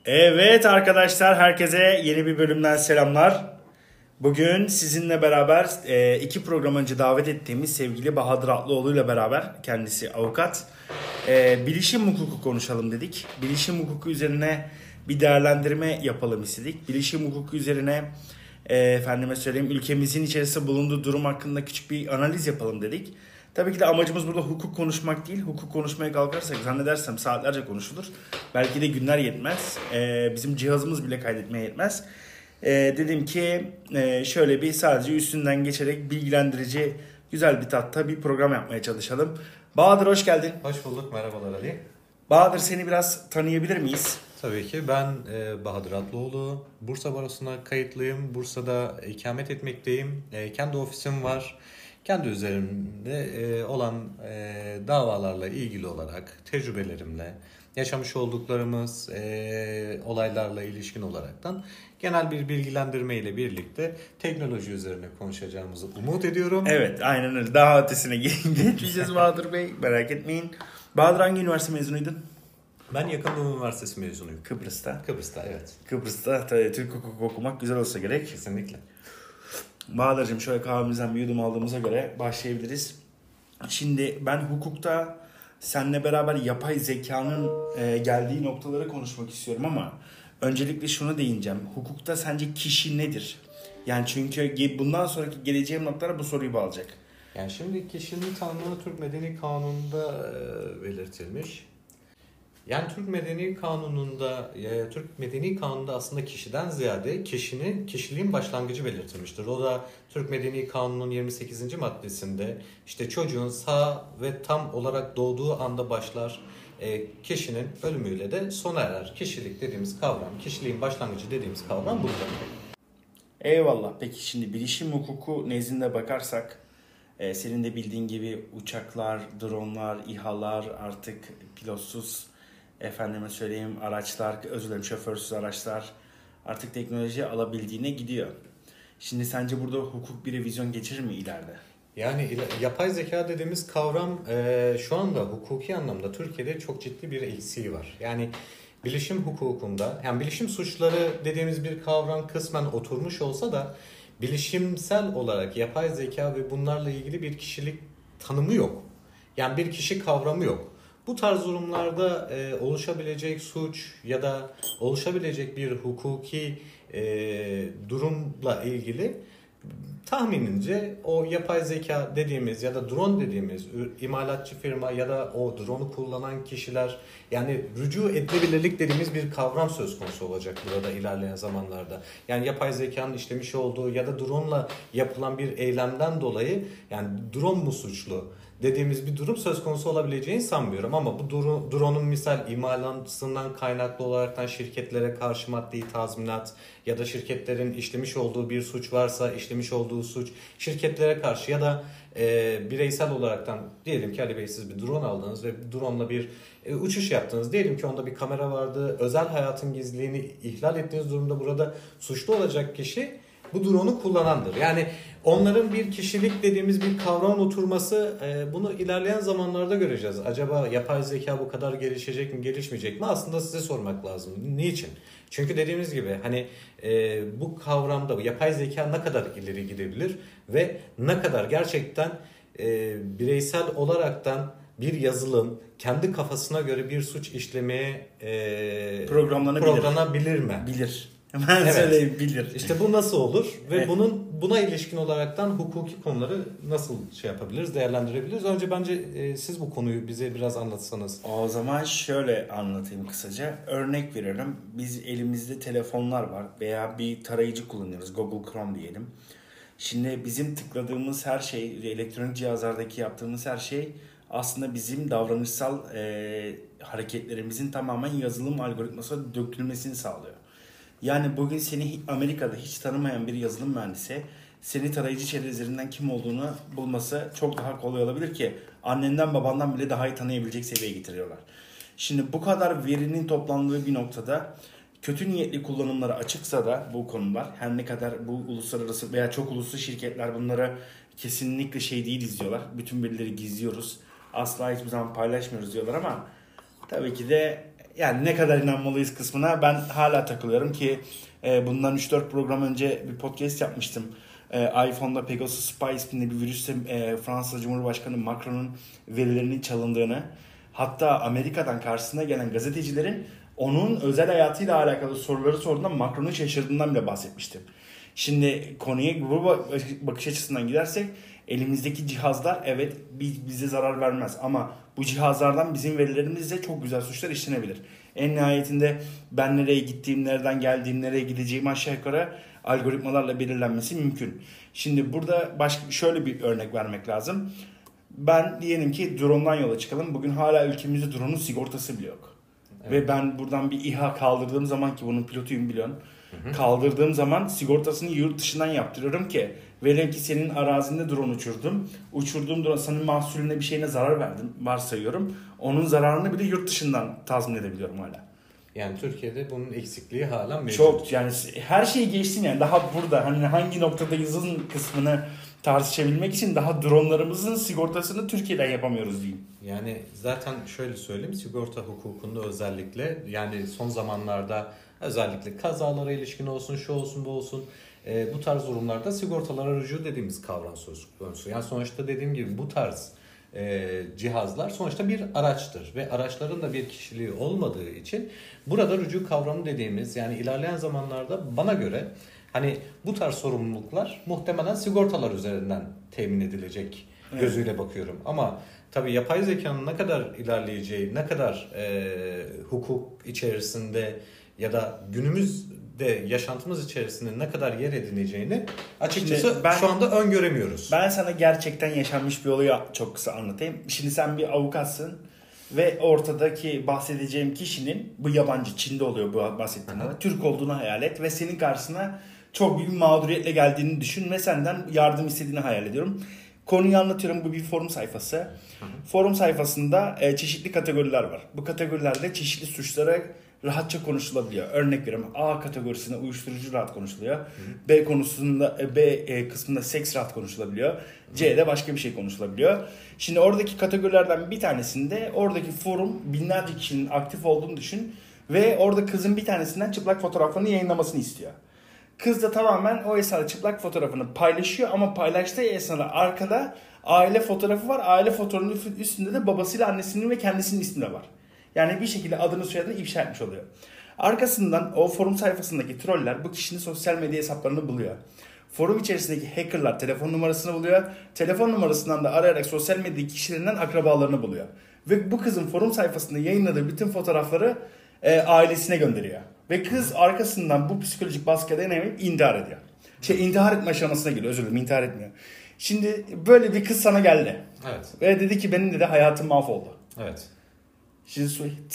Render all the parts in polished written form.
Evet arkadaşlar, herkese yeni bir bölümden selamlar. Bugün sizinle beraber iki program önce davet ettiğimiz sevgili Bahadır Atlıoğlu ile beraber, kendisi avukat, bilişim hukuku konuşalım dedik. Bilişim hukuku üzerine bir değerlendirme yapalım istedik. Bilişim hukuku üzerine efendime söyleyeyim, ülkemizin içerisinde bulunduğu durum hakkında küçük bir analiz yapalım dedik. Tabii ki de amacımız burada hukuk konuşmak değil. Hukuk konuşmaya kalkarsak zannedersem saatlerce konuşulur. Belki de günler yetmez. Bizim cihazımız bile kaydetmeye yetmez. Dedim ki şöyle bir sadece üstünden geçerek bilgilendirici, güzel bir tatta bir program yapmaya çalışalım. Bahadır, hoş geldin. Hoş bulduk, merhabalar Ali. Bahadır, seni biraz tanıyabilir miyiz? Tabii ki ben Bahadır Atlıoğlu. Bursa Barosu'na kayıtlıyım. Bursa'da ikamet etmekteyim. Kendi ofisim var. Kendi üzerimde olan davalarla ilgili olarak tecrübelerimle, yaşamış olduklarımız olaylarla ilişkin olaraktan genel bir bilgilendirme ile birlikte teknoloji üzerine konuşacağımızı umut ediyorum. Evet, aynen öyle. Daha ötesine geçeceğiz Bahadır Bey. Merak etmeyin. Bahadır, hangi üniversite mezunuydun? Ben Yakın Doğu Üniversitesi mezunuyum. Kıbrıs'ta. Kıbrıs'ta, evet. Kıbrıs'ta tabii Türk hukuku okumak güzel olsa gerek. Kesinlikle. Bahadır'cığım, şöyle kahvemizden bir yudum aldığımıza göre başlayabiliriz. Şimdi ben hukukta seninle beraber yapay zekanın geldiği noktaları konuşmak istiyorum ama öncelikle şunu değineceğim. Hukukta sence kişi nedir? Yani çünkü bundan sonraki geleceğim noktalara bu soruyu bağlayacak. Yani şimdi kişinin tanımını Türk Medeni Kanunu'nda belirtilmiş. Yani Türk Medeni Kanunu'nda aslında kişiden ziyade kişiliğin başlangıcı belirtilmiştir. O da Türk Medeni Kanunu'nun 28. maddesinde işte çocuğun sağ ve tam olarak doğduğu anda başlar, kişinin ölümüyle de sona erer. Kişilik dediğimiz kavram, kişiliğin başlangıcı dediğimiz kavram budur. Eyvallah. Peki şimdi bilişim hukuku nezdinde bakarsak, senin de bildiğin gibi uçaklar, dronlar, İHA'lar, artık pilotsuz, efendime söyleyeyim araçlar, şoförsüz araçlar artık teknoloji alabildiğine gidiyor. Şimdi sence burada hukuk bir revizyon geçirir mi ileride? Yani yapay zeka dediğimiz kavram şu anda hukuki anlamda Türkiye'de çok ciddi bir eksiği var. Yani bilişim hukukunda, yani bilişim suçları dediğimiz bir kavram kısmen oturmuş olsa da bilişimsel olarak yapay zeka ve bunlarla ilgili bir kişilik tanımı yok. Yani bir kişi kavramı yok. Bu tarz durumlarda oluşabilecek suç ya da oluşabilecek bir hukuki durumla ilgili tahminince o yapay zeka dediğimiz ya da drone dediğimiz imalatçı firma ya da o drone'u kullanan kişiler, yani rücu edilebilirlik dediğimiz bir kavram söz konusu olacak burada ilerleyen zamanlarda. Yani yapay zekanın işlemiş olduğu ya da drone'la yapılan bir eylemden dolayı yani drone mu suçlu dediğimiz bir durum söz konusu olabileceğini sanmıyorum. Ama bu drone'un misal imalatından kaynaklı olaraktan şirketlere karşı maddi tazminat ya da şirketlerin işlemiş olduğu bir suç varsa işlemiş olduğu suç şirketlere karşı ya da bireysel olaraktan diyelim ki Ali Bey, siz bir drone aldınız ve drone'la bir uçuş yaptınız. Diyelim ki onda bir kamera vardı. Özel hayatın gizliliğini ihlal ettiğiniz durumda burada suçlu olacak kişi bu drone'u kullanandır. Yani onların bir kişilik dediğimiz bir kavram oturması, bunu ilerleyen zamanlarda göreceğiz. Acaba yapay zeka bu kadar gelişecek mi, gelişmeyecek mi? Aslında size sormak lazım. Niçin? Çünkü dediğimiz gibi hani bu kavramda yapay zeka ne kadar ileri gidebilir ve ne kadar gerçekten bireysel olaraktan bir yazılım kendi kafasına göre bir suç işlemeye programlanabilir mi? Bilir. Hemen söyleyeyim, bilir. İşte bu nasıl olur ve evet, buna ilişkin olaraktan hukuki konuları nasıl yapabiliriz, değerlendirebiliriz? Önce bence siz bu konuyu bize biraz anlatsanız. O zaman şöyle anlatayım kısaca. Örnek veriyorum. Biz elimizde telefonlar var veya bir tarayıcı kullanıyoruz. Google Chrome diyelim. Şimdi bizim tıkladığımız her şey, elektronik cihazlardaki yaptığımız her şey aslında bizim davranışsal hareketlerimizin tamamen yazılım algoritmasına dökülmesini sağlıyor. Yani bugün seni Amerika'da hiç tanımayan bir yazılım mühendisi seni tarayıcı çerezlerinden kim olduğunu bulması çok daha kolay olabilir ki annenden babandan bile daha iyi tanıyabilecek seviyeye getiriyorlar. Şimdi bu kadar verinin toplandığı bir noktada kötü niyetli kullanımlara açıksa da bu konular, her ne kadar bu uluslararası veya çok uluslu şirketler bunlara kesinlikle değiliz diyorlar. Bütün verileri gizliyoruz. Asla hiçbir zaman paylaşmıyoruz diyorlar ama tabii ki de yani ne kadar inanmalıyız kısmına ben hala takılıyorum ki bundan 3-4 program önce bir podcast yapmıştım. iPhone'da Pegasus Spy isminde bir virüsle Fransa Cumhurbaşkanı Macron'un verilerinin çalındığını, hatta Amerika'dan karşısına gelen gazetecilerin onun özel hayatıyla alakalı soruları sorduğunda Macron'un şaşırdığından bile bahsetmiştim. Şimdi konuya bu bakış açısından gidersek elimizdeki cihazlar evet bize zarar vermez ama bu cihazlardan bizim verilerimizle çok güzel suçlar işlenebilir. En nihayetinde ben nereye gittiğim, nereden geldiğim, nereye gideceğim aşağı yukarı algoritmalarla belirlenmesi mümkün. Şimdi burada şöyle bir örnek vermek lazım. Ben diyelim ki drone'dan yola çıkalım. Bugün hala ülkemizde drone'un sigortası bile yok. Evet. Ve ben buradan bir İHA kaldırdığım zaman, ki bunun pilotuyum biliyorsun. Kaldırdığım zaman sigortasını yurt dışından yaptırıyorum ki velev ki senin arazinde drone uçurdum. Uçurduğum drone senin mahsulüne bir şeyine zarar verdim varsayıyorum. Onun zararını bile yurt dışından tazmin edebiliyorum hala. Yani Türkiye'de bunun eksikliği hala mevcut. Çok, yani her şeyi geçtim yani daha burada hani hangi noktada yazın kısmını tartışabilmek için daha dronlarımızın sigortasını Türkiye'den yapamıyoruz diyeyim. Yani zaten şöyle söyleyeyim, sigorta hukukunda özellikle yani son zamanlarda özellikle kazalara ilişkin olsun, şu olsun, bu olsun, bu tarz durumlarda sigortalara rücu dediğimiz kavram söz konusu. Yani sonuçta dediğim gibi bu tarz cihazlar sonuçta bir araçtır ve araçların da bir kişiliği olmadığı için burada rücu kavramı dediğimiz, yani ilerleyen zamanlarda bana göre hani bu tarz sorumluluklar muhtemelen sigortalar üzerinden temin edilecek gözüyle bakıyorum. Ama tabii yapay zekanın ne kadar ilerleyeceği, ne kadar hukuk içerisinde ya da günümüzde yaşantımız içerisinde ne kadar yer edineceğini açıkçası şu anda öngöremiyoruz. Ben sana gerçekten yaşanmış bir olayı çok kısa anlatayım. Şimdi sen bir avukatsın ve ortadaki bahsedeceğim kişinin, bu yabancı, Çin'de oluyor bu bahsettiğim olay, Türk olduğunu hayal et ve senin karşısına çok büyük bir mağduriyetle geldiğini düşün ve senden yardım istediğini hayal ediyorum. Konuyu anlatıyorum. Bu bir forum sayfası. Forum sayfasında çeşitli kategoriler var. Bu kategorilerde çeşitli suçlara rahatça konuşulabiliyor. Örnek veriyorum. A kategorisinde uyuşturucu rahat konuşuluyor. B konusunda kısmında seks rahat konuşulabiliyor. C'de başka bir şey konuşulabiliyor. Şimdi oradaki kategorilerden bir tanesinde oradaki forum binlerce kişinin aktif olduğunu düşün ve orada kızın bir tanesinden çıplak fotoğraflarını yayınlamasını istiyor. Kız da tamamen o esnada çıplak fotoğrafını paylaşıyor ama paylaştığı esnada arkada aile fotoğrafı var. Aile fotoğrafının üstünde de babasıyla annesinin ve kendisinin ismi de var. Yani bir şekilde adını soyadını ifşa etmiş oluyor. Arkasından o forum sayfasındaki troller bu kişinin sosyal medya hesaplarını buluyor. Forum içerisindeki hackerlar telefon numarasını buluyor. Telefon numarasından da arayarak sosyal medya kişilerinden akrabalarını buluyor. Ve bu kızın forum sayfasında yayınladığı bütün fotoğrafları ailesine gönderiyor. Ve kız arkasından bu psikolojik baskıya dayanamayıp intihar ediyor. İntihar etme aşamasına geliyor. Özür dilerim, intihar etmiyor. Şimdi böyle bir kız sana geldi. Evet. Ve dedi ki benim de hayatım mahvoldu. Evet. Şimdi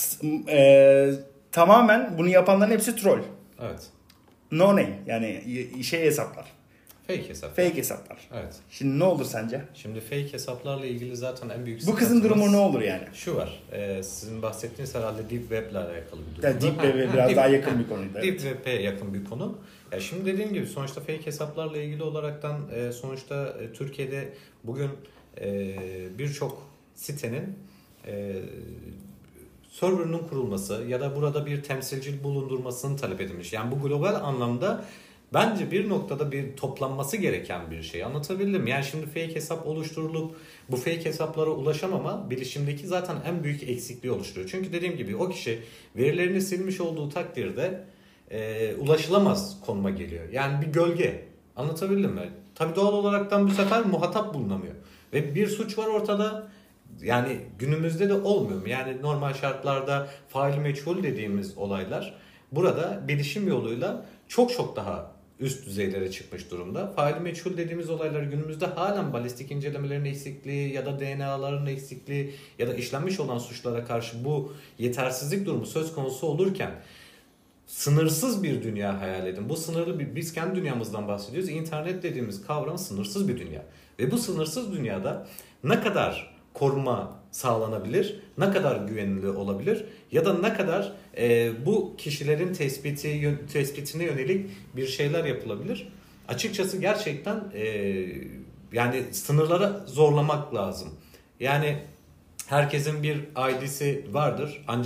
tamamen bunu yapanların hepsi troll. Evet. No name, yani hesaplar. Fake hesaplar. Fake hesaplar. Evet. Şimdi ne olur sence? Şimdi fake hesaplarla ilgili zaten en büyük bu kızın durumu ne olur yani? Şu var. Sizin bahsettiğiniz herhalde Deep Web ile alakalı bir durum. Yani Deep Web'e biraz daha yakın bir konuydu. Deep Web'e yakın bir konu. Ya şimdi dediğim gibi sonuçta fake hesaplarla ilgili olaraktan sonuçta Türkiye'de bugün birçok sitenin server'ının kurulması ya da burada bir temsilci bulundurmasını talep edilmiş. Yani bu global anlamda bence bir noktada bir toplanması gereken bir şey. Anlatabildim. Yani şimdi fake hesap oluşturulup bu fake hesaplara ulaşamama bilişimdeki zaten en büyük eksikliği oluşturuyor. Çünkü dediğim gibi o kişi verilerini silmiş olduğu takdirde ulaşılamaz konuma geliyor. Yani bir gölge. Anlatabildim mi? Tabii doğal olaraktan bu sefer muhatap bulunamıyor. Ve bir suç var ortada. Yani günümüzde de olmuyor mu? Yani normal şartlarda fail meçhul dediğimiz olaylar burada bilişim yoluyla çok daha üst düzeylere çıkmış durumda. Fail meçhul dediğimiz olaylar günümüzde halen balistik incelemelerin eksikliği ya da DNA'ların eksikliği ya da işlenmiş olan suçlara karşı bu yetersizlik durumu söz konusu olurken sınırsız bir dünya hayal edin. Bu sınırlı biz kendi dünyamızdan bahsediyoruz. İnternet dediğimiz kavram sınırsız bir dünya. Ve bu sınırsız dünyada ne kadar koruma sağlanabilir, ne kadar güvenilir olabilir ya da ne kadar bu kişilerin tespitine yönelik bir şeyler yapılabilir. Açıkçası gerçekten yani sınırlara zorlamak lazım. Yani herkesin bir ID'si vardır ancak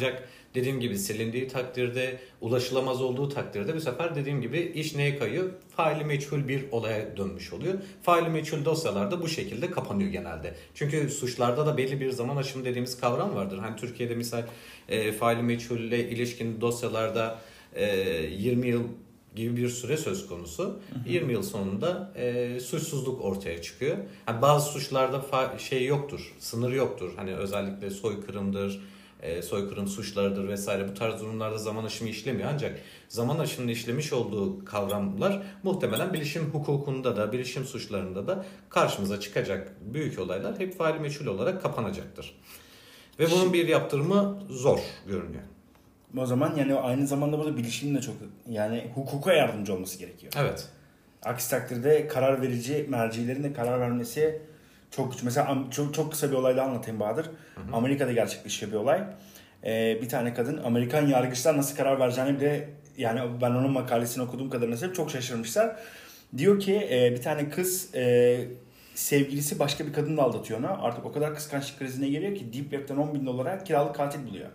Dediğim gibi silindiği takdirde, ulaşılamaz olduğu takdirde bu sefer dediğim gibi iş neye kayıyor? Faili meçhul bir olaya dönmüş oluyor. Faili meçhul dosyalarda bu şekilde kapanıyor genelde. Çünkü suçlarda da belli bir zaman aşımı dediğimiz kavram vardır. Hani Türkiye'de misal faili meçhulle ilişkin dosyalarda 20 yıl gibi bir süre söz konusu. 20 yıl sonunda suçsuzluk ortaya çıkıyor. Yani bazı suçlarda şey yoktur, sınır yoktur. Hani özellikle soykırımdır, soykırım suçlarıdır vesaire bu tarz durumlarda zaman aşımı işlemiyor. Ancak zaman aşımının işlemiş olduğu kavramlar muhtemelen bilişim hukukunda da, bilişim suçlarında da karşımıza çıkacak büyük olaylar hep faili meçhul olarak kapanacaktır. Ve bunun bir yaptırımı zor görünüyor. O zaman yani aynı zamanda burada bilişimin de çok yani hukuka yardımcı olması gerekiyor. Evet. Aksi takdirde karar verici mercilerin de karar vermesi çok güç. Mesela çok kısa bir olayla anlatayım Bahadır. Amerika'da gerçekleşiyor bir olay. Bir tane kadın Amerikan yargıçlar nasıl karar vereceğini bile yani ben onun makalesini okuduğum kadarıyla söyleyeyim çok şaşırmışlar. Diyor ki bir tane kız sevgilisi başka bir kadınla aldatıyor ona. Artık o kadar kıskançlık krizine geliyor ki Deep Web'den $10.000 kiralık katil buluyor.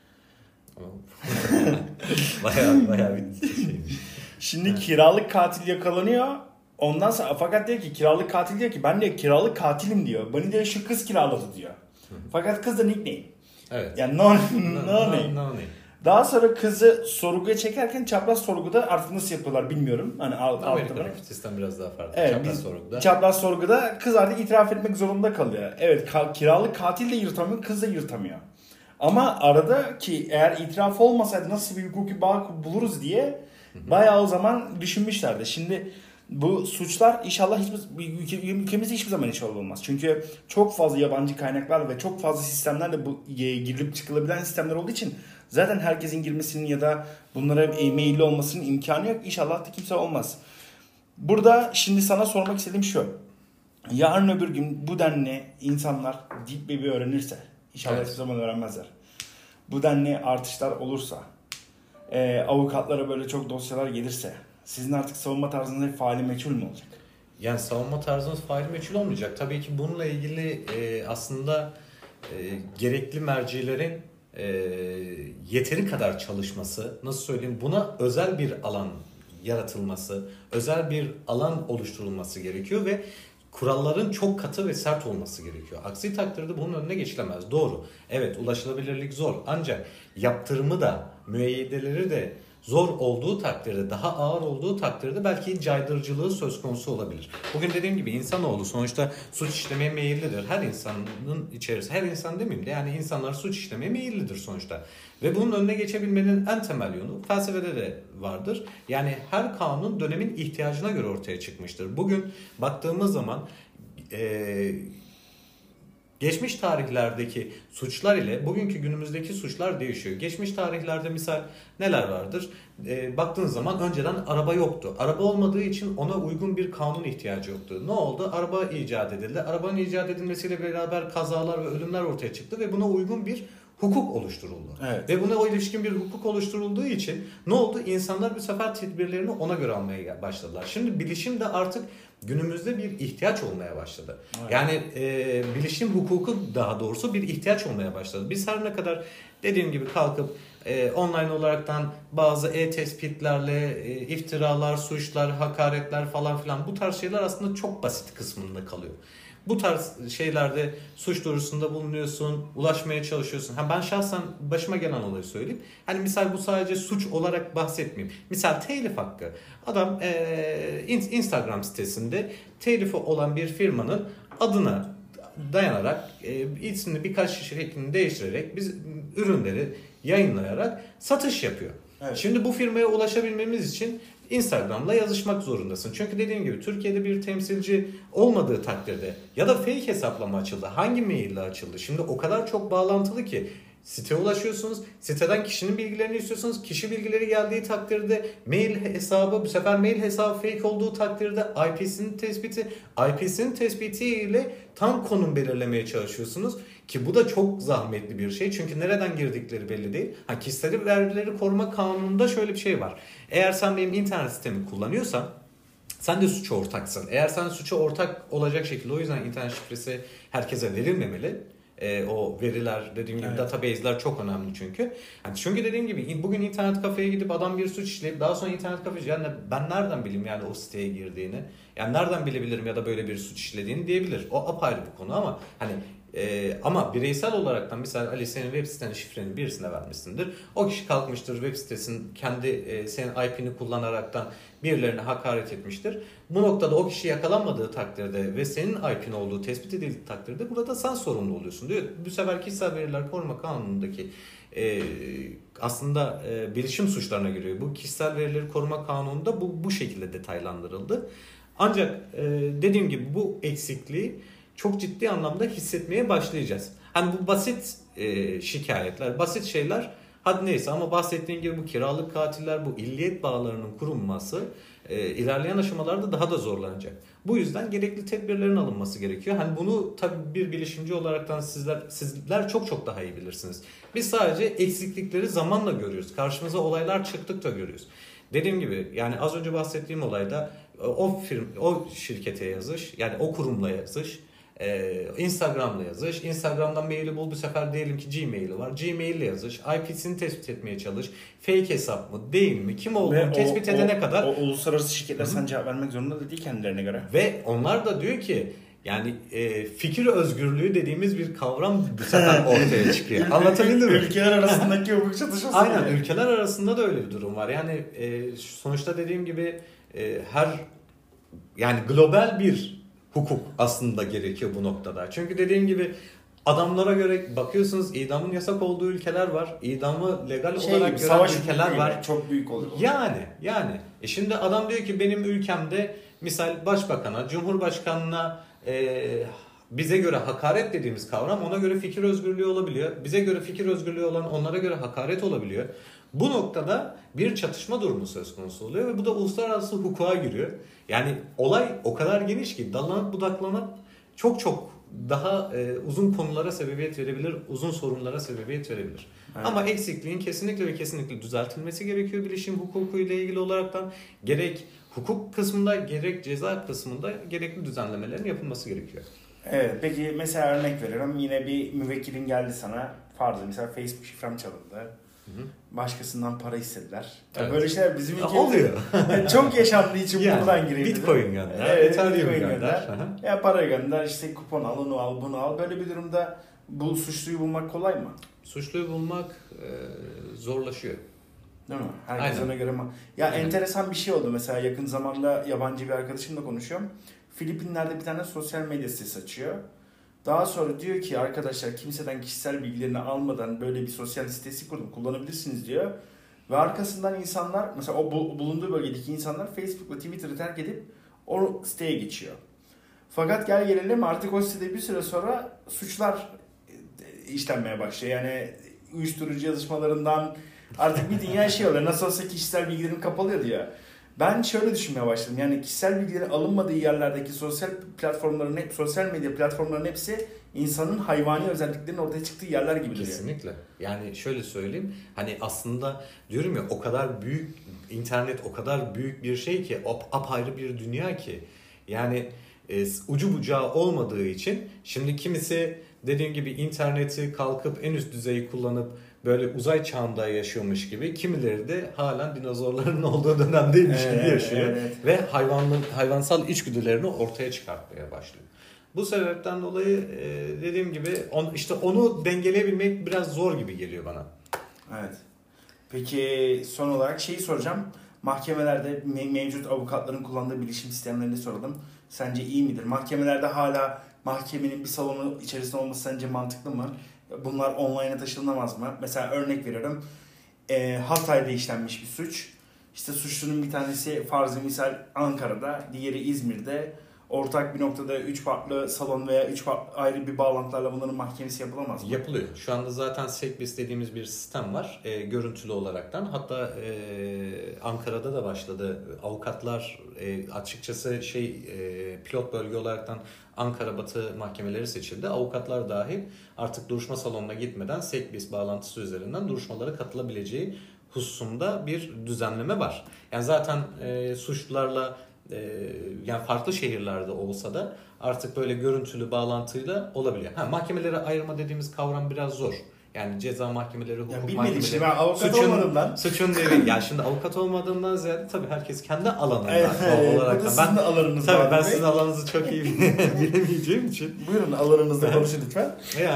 Bayağı bir şeymiş. Şimdi kiralık katil yakalanıyor. Ondan sonra fakat diyor ki kiralık katil diyor ki ben de kiralık katilim diyor. Beni de şu kız kiraladı diyor. Fakat kız da nickname. Evet. Yani no name. Daha sonra kızı sorguya çekerken çapraz sorguda artık nasıl yapıyorlar bilmiyorum. Hani Amerika'daki sistem biraz daha farklı. Evet, çapraz sorguda kız artık itiraf etmek zorunda kalıyor. Evet kiralık katil de yırtamıyor, kız da yırtamıyor. Ama arada ki eğer itiraf olmasaydı nasıl bir hukuki bağ buluruz diye bayağı o zaman düşünmüşlerdi. Şimdi bu suçlar inşallah ülkemizde hiçbir zaman inşallah olmaz. Çünkü çok fazla yabancı kaynaklar ve çok fazla sistemlerle bu girilip çıkılabilen sistemler olduğu için zaten herkesin girmesinin ya da bunlara meyilli olmasının imkanı yok. İnşallah da kimse olmaz. Burada şimdi sana sormak istediğim şu. Yarın öbür gün bu denli insanlar Deep Web'i öğrenirse İnşallah hiçbir zaman öğrenmezler. Bu denli artışlar olursa, avukatlara böyle çok dosyalar gelirse, sizin artık savunma tarzınız hep faili meçhul mü olacak? Yani savunma tarzınız faili meçhul olmayacak. Tabii ki bununla ilgili aslında gerekli mercilerin yeteri kadar çalışması, nasıl söyleyeyim, buna özel bir alan yaratılması, özel bir alan oluşturulması gerekiyor ve kuralların çok katı ve sert olması gerekiyor. Aksi takdirde bunun önüne geçilemez. Doğru. Evet, ulaşılabilirlik zor. Ancak yaptırımı da, müeyyideleri de zor olduğu takdirde, daha ağır olduğu takdirde belki caydırıcılığı söz konusu olabilir. Bugün dediğim gibi insanoğlu sonuçta suç işlemeye meyillidir. Her insanın içerisinde, her insan demeyeyim de yani insanlar suç işlemeye meyillidir sonuçta. Ve bunun önüne geçebilmenin en temel yolu felsefede de vardır. Yani her kanun dönemin ihtiyacına göre ortaya çıkmıştır. Bugün baktığımız zaman geçmiş tarihlerdeki suçlar ile bugünkü günümüzdeki suçlar değişiyor. Geçmiş tarihlerde misal neler vardır? Baktığınız zaman önceden araba yoktu. Araba olmadığı için ona uygun bir kanun ihtiyacı yoktu. Ne oldu? Araba icat edildi. Arabanın icat edilmesiyle beraber kazalar ve ölümler ortaya çıktı ve buna uygun bir hukuk oluşturuldu. Evet. Ve buna o ilişkin bir hukuk oluşturulduğu için ne oldu? İnsanlar bu sefer tedbirlerini ona göre almaya başladılar. Şimdi bilişim de artık günümüzde bir ihtiyaç olmaya başladı. Evet. Yani bilişim hukuku daha doğrusu bir ihtiyaç olmaya başladı. Biz her ne kadar dediğim gibi kalkıp online olaraktan bazı e-tespitlerle iftiralar, suçlar, hakaretler falan filan bu tarz şeyler aslında çok basit kısmında kalıyor. Bu tarz şeylerde suç duyurusunda bulunuyorsun, ulaşmaya çalışıyorsun. Ben şahsen başıma gelen olayı söyleyeyim. Hani misal bu sadece suç olarak bahsetmeyeyim. Misal telif hakkı. Adam Instagram sitesinde telifi olan bir firmanın adına dayanarak ismini birkaç şeklini değiştirerek biz ürünleri yayınlayarak satış yapıyor. Evet. Şimdi bu firmaya ulaşabilmemiz için Instagram'la yazışmak zorundasın. Çünkü dediğim gibi Türkiye'de bir temsilci olmadığı takdirde ya da fake hesaplama açıldı. Hangi maille açıldı? Şimdi o kadar çok bağlantılı ki siteye ulaşıyorsunuz. Siteden kişinin bilgilerini istiyorsunuz. Kişi bilgileri geldiği takdirde mail hesabı, bu sefer mail hesabı fake olduğu takdirde IP'sinin tespitiyle tam konum belirlemeye çalışıyorsunuz. Ki bu da çok zahmetli bir şey. Çünkü nereden girdikleri belli değil. Kişisel verileri koruma kanununda şöyle bir şey var. Eğer sen benim internet sitemi kullanıyorsan sen de suça ortaksın. Eğer sen suça ortak olacak şekilde, o yüzden internet şifresi herkese verilmemeli. O veriler, dediğim gibi Evet. database'ler çok önemli çünkü. Yani çünkü dediğim gibi bugün internet kafeye gidip adam bir suç işleyip daha sonra internet kafeci, yani ben nereden bileyim yani o siteye girdiğini, yani nereden bilebilirim ya da böyle bir suç işlediğini diyebilir. O apayrı bir konu ama hani ama bireysel olaraktan mesela Ali senin web sitenin şifreni birisine vermişsindir. O kişi kalkmıştır web sitesinin kendi senin IP'ni kullanaraktan birilerine hakaret etmiştir. Bu noktada o kişi yakalanmadığı takdirde ve senin IP'nin olduğu tespit edildiği takdirde burada sen sorumlu oluyorsun diyor. Bu sefer Kişisel Veriler Koruma Kanunu'ndaki aslında bilişim suçlarına giriyor. Bu Kişisel Verileri Koruma Kanunu'nda bu şekilde detaylandırıldı. Ancak dediğim gibi bu eksikliği çok ciddi anlamda hissetmeye başlayacağız. Hani bu basit şikayetler, basit şeyler hadi neyse ama bahsettiğim gibi bu kiralık katiller, bu illiyet bağlarının kurulması ilerleyen aşamalarda daha da zorlanacak. Bu yüzden gerekli tedbirlerin alınması gerekiyor. Hani bunu tabii bir bilişimci olaraktan sizler çok çok daha iyi bilirsiniz. Biz sadece eksiklikleri zamanla görüyoruz. Karşımıza olaylar çıktıkça görüyoruz. Dediğim gibi yani az önce bahsettiğim olayda o şirkete yazış, yani o kurumla yazış, Instagram'la yazış. Instagram'dan maili bul. Bu sefer diyelim ki Gmail'i var. Gmail'le yazış. IP'sini tespit etmeye çalış. Fake hesap mı değil mi? Kim olduğunu tespit edene kadar. O uluslararası şirketler sana cevap vermek zorunda da değil kendilerine göre. Ve onlar da diyor ki yani fikir özgürlüğü dediğimiz bir kavram bu sefer ortaya çıkıyor. Anlatabildim mi? Ülkeler arasındaki hukuk çatışması. Aynen yani. Ülkeler arasında da öyle bir durum var. Yani sonuçta dediğim gibi yani global bir hukuk aslında gerekiyor bu noktada. Çünkü dediğim gibi adamlara göre bakıyorsunuz idamın yasak olduğu ülkeler var. İdamı legal olarak gören ülkeler var. Çok büyük oluyor. Yani. Şimdi adam diyor ki benim ülkemde misal başbakana, cumhurbaşkanına bize göre hakaret dediğimiz kavram ona göre fikir özgürlüğü olabiliyor. Bize göre fikir özgürlüğü olan onlara göre hakaret olabiliyor. Bu noktada bir çatışma durumu söz konusu oluyor ve bu da uluslararası hukuka giriyor. Yani olay o kadar geniş ki dallanıp budaklanıp çok çok daha uzun konulara sebebiyet verebilir, uzun sorunlara sebebiyet verebilir. Evet. Ama eksikliğin kesinlikle ve kesinlikle düzeltilmesi gerekiyor bilişim hukuku ile ilgili olaraktan. Gerek hukuk kısmında gerek ceza kısmında gerekli düzenlemelerin yapılması gerekiyor. Evet, peki mesela örnek veriyorum. Yine bir müvekkilin geldi sana. Farzı mesela Facebook şifrem çalındı. Başkasından para istediler. Evet. Böyle şeyler bizim ülkemizde oluyor. Çok yaşandığı için yani, buradan gireyim. Bitcoin gönder. Evet, Bitcoin gönder. Ya para gönder, işte kupon al, onu al, bunu al. Böyle bir durumda bu suçluyu bulmak kolay mı? Suçluyu bulmak zorlaşıyor. Değil mi? Herkes ona göre ya enteresan bir şey oldu. Mesela yakın zamanda yabancı bir arkadaşımla konuşuyorum. Filipinler'de bir tane sosyal medya sitesi açıyor. Daha sonra diyor ki arkadaşlar kimseden kişisel bilgilerini almadan böyle bir sosyal sitesi kurdum, kullanabilirsiniz diyor. Ve arkasından insanlar mesela o bulunduğu bölgedeki insanlar Facebook ve Twitter'ı terk edip o siteye geçiyor. Fakat gel gelelim artık o sitede bir süre sonra suçlar işlenmeye başlıyor. Yani uyuşturucu yazışmalarından artık bir dünya şey oluyor. Nasıl olsa kişisel bilgilerim kapalı diyor. Ben şöyle düşünmeye başladım. Yani kişisel bilgilerin alınmadığı yerlerdeki sosyal medya platformlarının hepsi insanın hayvani özelliklerinin ortaya çıktığı yerler gibi duruyor. Kesinlikle. Yani şöyle söyleyeyim. Hani aslında diyorum ya o kadar büyük internet o kadar büyük bir şey ki apayrı bir dünya ki. Yani ucu bucağı olmadığı için şimdi kimisi dediğim gibi interneti kalkıp en üst düzeyi kullanıp böyle uzay çağında yaşıyormuş gibi, kimileri de halen dinozorların olduğu dönemdeymiş gibi yaşıyor. Evet. Ve hayvansal içgüdülerini ortaya çıkartmaya başlıyor. Bu sebepten dolayı dediğim gibi işte onu dengeleyebilmek biraz zor gibi geliyor bana. Evet. Peki son olarak şeyi soracağım. Mahkemelerde mevcut avukatların kullandığı bilişim sistemlerini soralım. Sence iyi midir? Mahkemelerde hala mahkemenin bir salonu içerisinde olması sence mantıklı mı? Bunlar online'a taşınamaz mı? Mesela örnek veriyorum. Hatay'da işlenmiş bir suç. İşte suçlunun bir tanesi farzı misal Ankara'da, diğeri İzmir'de. Ortak bir noktada 3 farklı salon veya 3 ayrı bir bağlantılarla bunların mahkemesi yapılamaz mı? Yapılıyor. Şu anda zaten SECBIS dediğimiz bir sistem var. Görüntülü olaraktan. Hatta Ankara'da da başladı. Avukatlar açıkçası pilot bölge olaraktan Ankara Batı mahkemeleri seçildi. Avukatlar dahil artık duruşma salonuna gitmeden SECBIS bağlantısı üzerinden duruşmalara katılabileceği hususunda bir düzenleme var. Yani zaten suçlularla yani farklı şehirlerde olsa da artık böyle görüntülü bağlantıyla olabiliyor. Mahkemelere ayırma dediğimiz kavram biraz zor. Yani ceza mahkemeleri, hukuk mahkemeleri. Ben avukat olmadığımdan. Suçun devi. Ya şimdi avukat olmadığından ziyade tabii herkes kendi alanında olarak. Bu sizin alanınız. Tabii ben sizin alanınızı çok iyi bilemeyeceğim için. Buyurun alanınızda konuşun lütfen.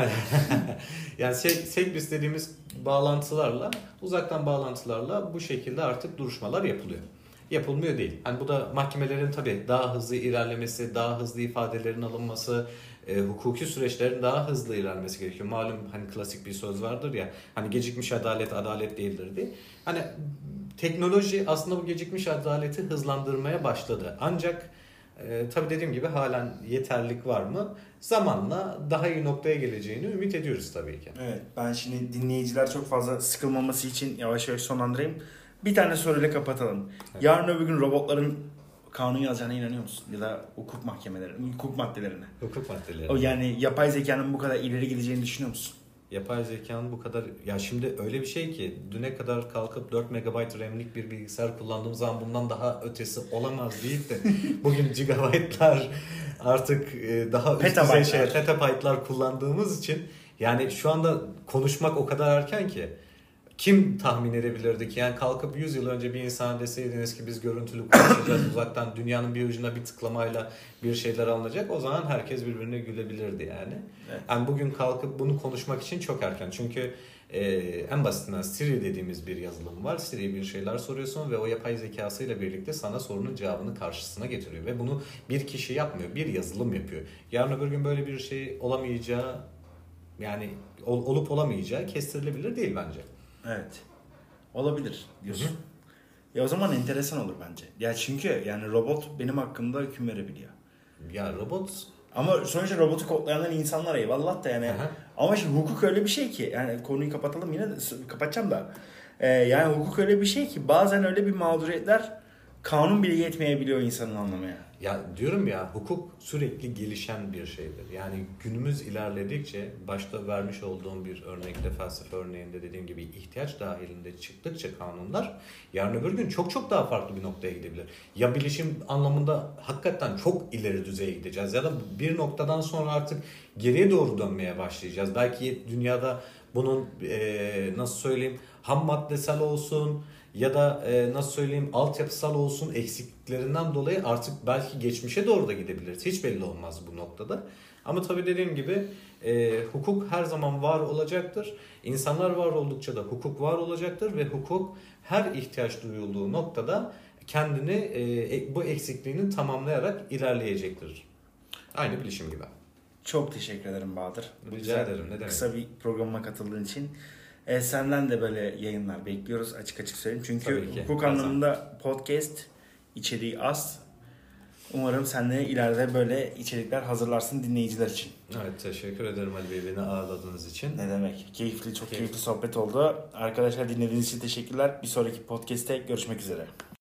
Yani Segwit dediğimiz bağlantılarla, uzaktan bağlantılarla bu şekilde artık duruşmalar yapılıyor. Yapılmıyor değil. Hani bu da mahkemelerin tabii daha hızlı ilerlemesi, daha hızlı ifadelerin alınması, hukuki süreçlerin daha hızlı ilerlemesi gerekiyor. Malum hani klasik bir söz vardır ya, hani gecikmiş adalet adalet değildir diye. Hani teknoloji aslında bu gecikmiş adaleti hızlandırmaya başladı. Ancak tabii dediğim gibi halen yeterlilik var mı? Zamanla daha iyi noktaya geleceğini ümit ediyoruz tabii ki. Evet, ben şimdi dinleyiciler çok fazla sıkılmaması için yavaş yavaş sonlandırayım. Bir tane soruyla kapatalım. Evet. Yarın öbür gün robotların kanun yazacağına inanıyor musun? Ya da hukuk mahkemelerine, hukuk maddelerine. Hukuk maddelerine. O yani yapay zekanın bu kadar ileri gideceğini düşünüyor musun? Yapay zekanın bu kadar... Ya şimdi öyle bir şey ki düne kadar kalkıp 4 MB RAM'lik bir bilgisayar kullandığım zaman bundan daha ötesi olamaz deyip de bugün gigabaytlar artık daha üst düzey petabaytlar kullandığımız için yani şu anda konuşmak o kadar erken ki kim tahmin edebilirdi ki? Yani kalkıp 100 yıl önce bir insana deseydiniz ki biz görüntülü konuşacağız uzaktan dünyanın bir ucuna bir tıklamayla bir şeyler alınacak, o zaman herkes birbirine gülebilirdi yani. Evet. Yani bugün kalkıp bunu konuşmak için çok erken. Çünkü en basitinden Siri dediğimiz bir yazılım var. Siri'ye bir şeyler soruyorsun ve o yapay zekasıyla birlikte sana sorunun cevabını karşısına getiriyor. Ve bunu bir kişi yapmıyor, bir yazılım yapıyor. Yarın öbür gün böyle bir şey olamayacağı, yani olup olamayacağı kestirilebilir değil bence. Evet. Olabilir diyorsun. Hı-hı. Ya o zaman enteresan olur bence. Ya çünkü yani robot benim hakkımda hüküm verebiliyor. Ya robot... Ama sonuçta robotu kodlayanlar insanlar, eyvallah da yani. Hı-hı. Ama şimdi hukuk öyle bir şey ki, yani konuyu kapatalım, yine de kapatacağım da. Yani hukuk öyle bir şey ki bazen öyle bir mağduriyetler kanun bile yetmeyebiliyor insanın anlamaya. Ya diyorum ya, hukuk sürekli gelişen bir şeydir. Yani günümüz ilerledikçe, başta vermiş olduğum bir örnekte, felsefe örneğinde dediğim gibi ihtiyaç dahilinde çıktıkça kanunlar yarın öbür gün çok çok daha farklı bir noktaya gidebilir. Ya bilişim anlamında hakikaten çok ileri düzeye gideceğiz ya da bir noktadan sonra artık geriye doğru dönmeye başlayacağız. Belki dünyada bunun nasıl söyleyeyim, ham maddesel olsun ya da nasıl söyleyeyim altyapısal olsun eksikliklerinden dolayı artık belki geçmişe doğru da gidebiliriz. Hiç belli olmaz bu noktada. Ama tabii dediğim gibi hukuk her zaman var olacaktır. İnsanlar var oldukça da hukuk var olacaktır ve hukuk her ihtiyaç duyulduğu noktada kendini bu eksikliğini tamamlayarak ilerleyecektir. Aynı bilişim gibi. Çok teşekkür ederim Bahadır. Rica ederim. Ne demek? Kısa bir programıma katıldığın için. Senden de böyle yayınlar bekliyoruz, açık açık söyleyeyim. Çünkü hukuk anlamında podcast içeriği az. Umarım sen de ileride böyle içerikler hazırlarsın dinleyiciler için. Evet, teşekkür ederim Ali Bey beni ağırladığınız için. Ne demek? Keyifli, çok keyifli sohbet oldu. Arkadaşlar dinlediğiniz için teşekkürler. Bir sonraki podcast'te görüşmek üzere.